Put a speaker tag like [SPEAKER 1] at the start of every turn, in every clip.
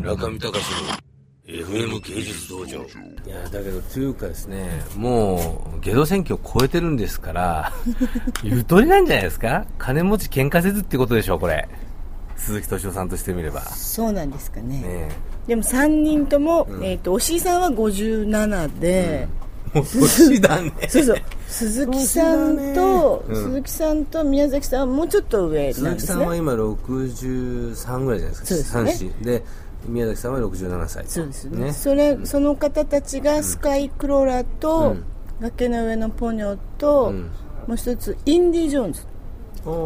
[SPEAKER 1] 中見隆の FM 芸術道場。いやだけどというかですね、もうゲド選挙を超えてるんですからゆとりなんじゃないですか。金持ち喧嘩せずってことでしょう、これ。鈴木敏夫さんとしてみれば。
[SPEAKER 2] そうなんですかね。でも3人とも、おしいさんは57で、
[SPEAKER 1] もう年だね。
[SPEAKER 2] そうそう、鈴木さんと宮崎さんはもうちょっと上なんですね。
[SPEAKER 1] 鈴木さんは今63ぐらいじゃないですか。
[SPEAKER 2] そうですね。
[SPEAKER 1] で宮崎さんは67歳。
[SPEAKER 2] そうですね。その方たちがスカイクロラと、崖の上のポニョと、もう一つインディ・ジョーンズを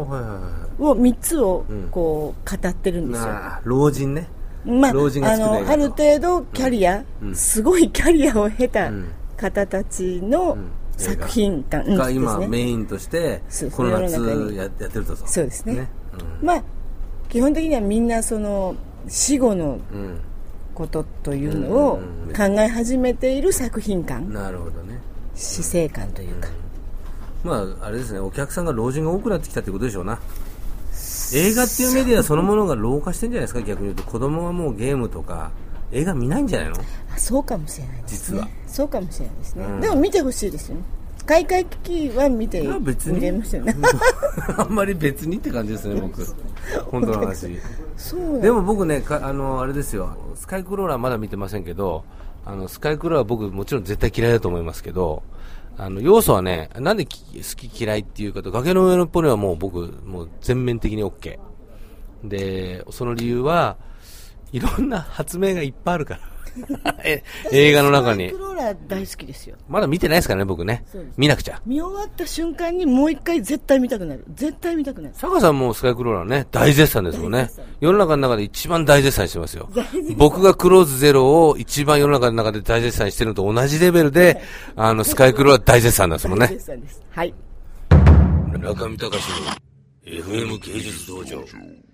[SPEAKER 2] 3つをこう語ってるんですよ。
[SPEAKER 1] 老人ね。老人が作る映画と
[SPEAKER 2] ある程度キャリア、すごいキャリアを経た方たちの作品館
[SPEAKER 1] が今メインとしてこの夏やってると。
[SPEAKER 2] そうですね。まあ基本的にはみんなその死後のことというのを考え始めている作品館。
[SPEAKER 1] なるほどね。
[SPEAKER 2] 死生観というか。
[SPEAKER 1] まああれですね、お客さんが老人が多くなってきたってことでしょうな。映画っていうメディアそのものが老化してるんじゃないですか。逆に言うと子供はもうゲームとか映画見ないんじゃないの。
[SPEAKER 2] そうかもしれないですね。
[SPEAKER 1] 実は
[SPEAKER 2] そうかもしれないですね。でも見てほしいですよね。開会危機は見れますよね。
[SPEAKER 1] あんまり別にって感じですね、僕。本当の話。
[SPEAKER 2] そう
[SPEAKER 1] でも僕ね、あれですよ、スカイクローラーまだ見てませんけど、スカイクローラー僕もちろん絶対嫌いだと思いますけど、要素はね、なんで好き嫌いっていうかと、崖の上のポニョはもう僕、もう全面的に OK。で、その理由は、いろんな発明がいっぱいあるから。映画の中に。
[SPEAKER 2] スカイクローラー大好きですよ。
[SPEAKER 1] まだ見てないですからね、僕ね。見なくちゃ。
[SPEAKER 2] 見終わった瞬間にもう一回絶対見たくなる。絶対見たくなる。
[SPEAKER 1] 坂さんもスカイクローラーね、大絶賛ですもんね。世の中の中で一番大絶賛してますよ。僕がクローズゼロを一番世の中の中で大絶賛してるのと同じレベルで、スカイクローラー大絶賛ですもんね。
[SPEAKER 2] 大絶賛です。はい。
[SPEAKER 1] 中見隆の FM 芸術道場。